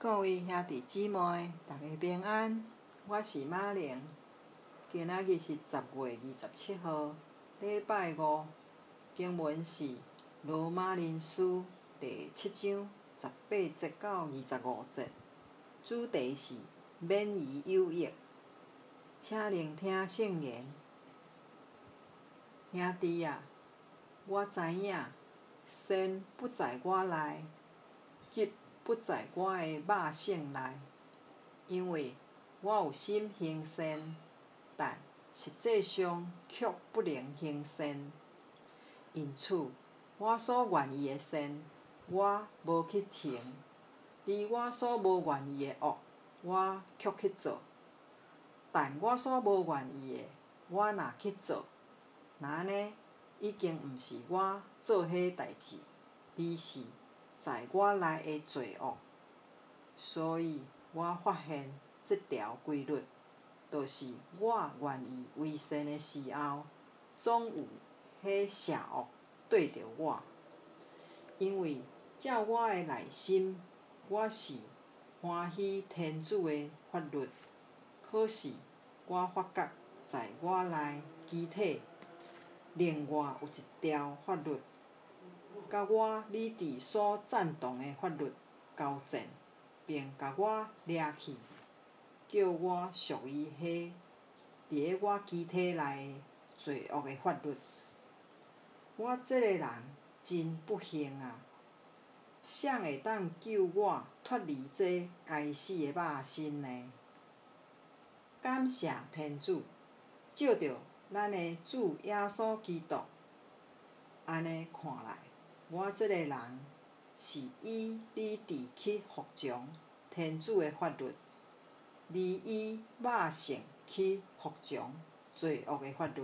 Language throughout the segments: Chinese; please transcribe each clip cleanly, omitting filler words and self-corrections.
各位兄弟姊妹，大家平安。我是马玲。今仔日是10月27号，礼拜五。经文是《罗马人书》第7章18节到25节，主题是免于有益。请聆听圣言。兄弟啊，我知影，善不在我内，吉不在我的肉性内，因为我有心行善，但实际上却不能行善。因此，我所愿意的善，我无去行；而我所无愿意的恶，我却去做。但我所无愿意的，我若去做，那安尼已经毋是我做迄代志，而是在我内的罪恶。所以我发现这条规律，就是我愿意为善的时候，总有迄邪恶对着我。因为照我的内心，我是欢喜天主的法律，可是我发觉在我内机体另外有一条法律，甲我理智所赞同的法律交战，并甲我掠去，叫我属于迄伫咧我机体内的罪恶的法律。我这个人真不幸啊！谁会当救我脱离这该死的肉身呢？感谢天主，照着咱的主耶稣基督，安尼看来，我这个人是以理智去服从天主的法律，而以肉性去服从罪恶的法律。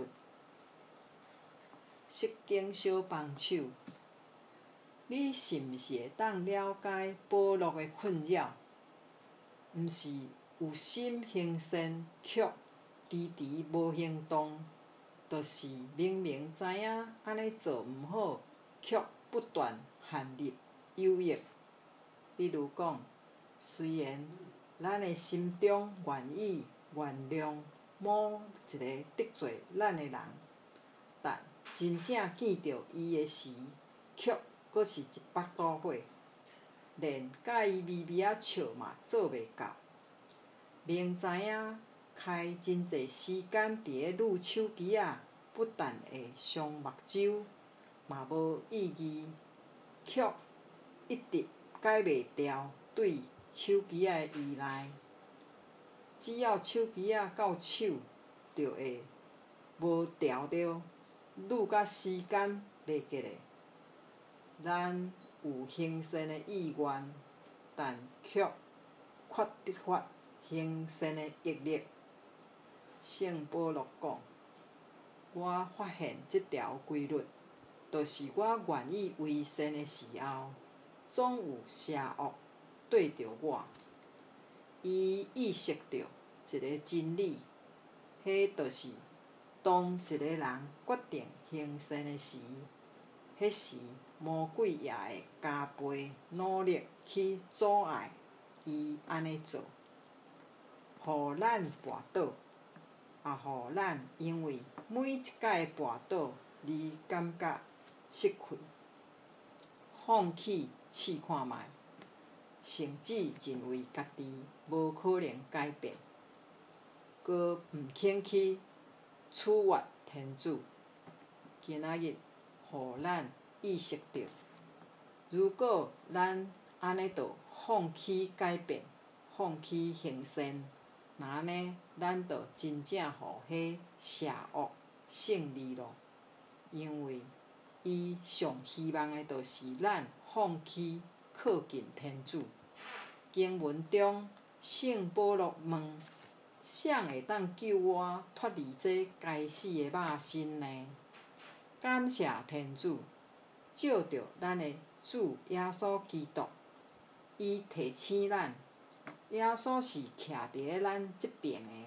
释经小帮手，你是毋是会当了解保罗的困扰？毋是有心行善，却迟迟无行动，就是明明知影安尼做毋好，却不断陷入有益。比如讲，虽然咱的心中愿意原谅某一个得罪咱的人，但真正见着伊的时，却阁是一巴肚火，连甲伊微微仔笑嘛做袂到。明知影开真侪时间伫咧撸手机仔，不但会伤目睭，嘛无意义，却一直解袂掉对手机仔的依赖。只要手机仔到手，就会无调着愈甲时间袂记咧。咱有行善的意愿，但却缺乏行善的毅力。圣保罗讲：“我发现这条规律，就是我愿意为善的时候，总有邪恶对着我。”伊意识到一个真理，迄就是当一个人决定行善的时，迄时魔鬼也会加倍努力去阻碍伊安尼做，互咱绊倒，也互咱因为每一摆绊倒而感觉失去，放弃试看觅，甚至认为家己无可能改变，阁毋肯去取悦天主。今仔日，互咱意识到，如果咱安尼就放弃改变，放弃行善，那安尼咱就真正互迄邪恶胜利咯。因为伊上希望的，就是咱放弃靠近天主。经文中，圣保罗问：谁会当救我脱离这该死的肉身呢？感谢天主，照着咱的主耶稣基督，伊提醒咱，耶稣是徛伫咧咱即边的，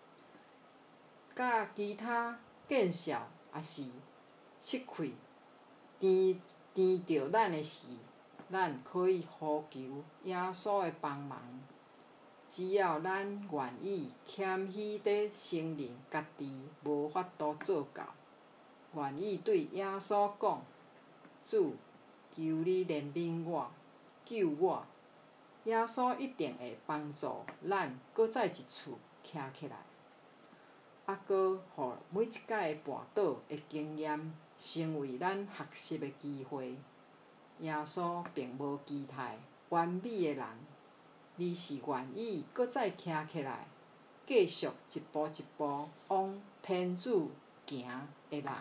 甲其他见笑也是失去甜着咱的时， 咱可以呼求耶稣的帮忙。只要咱愿意谦虚地承认家己无法度做到，愿意对耶稣讲：“主，求你怜悯我，救我。”耶稣一定会帮助咱搁再一次徛起来，搁互每一摆的跋倒的经验成为咱学习的机会。耶稣并无期待完美的人，而是愿意搁再徛起来，继续一步一步往天主行的人。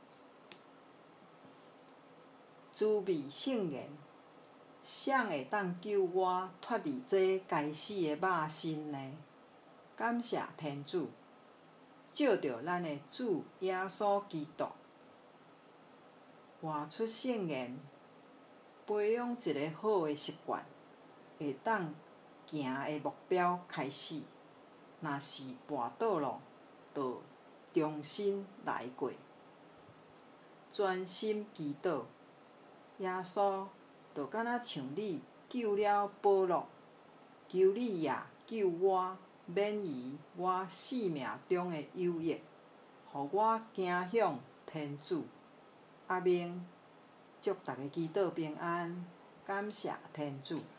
滋味圣言，谁会当救我脱离这该死的肉身呢？感谢天主，借着咱的主耶稣基督，活出圣言，培养一个好的习惯，会当行的目标开始。若是跋倒咯，就重新来过，专心祈祷。耶稣就敢若像你救了保罗，求你也救我，免于我生命中的忧郁，互我走向天主。阿明，祝大家祈祷平安，感谢天主。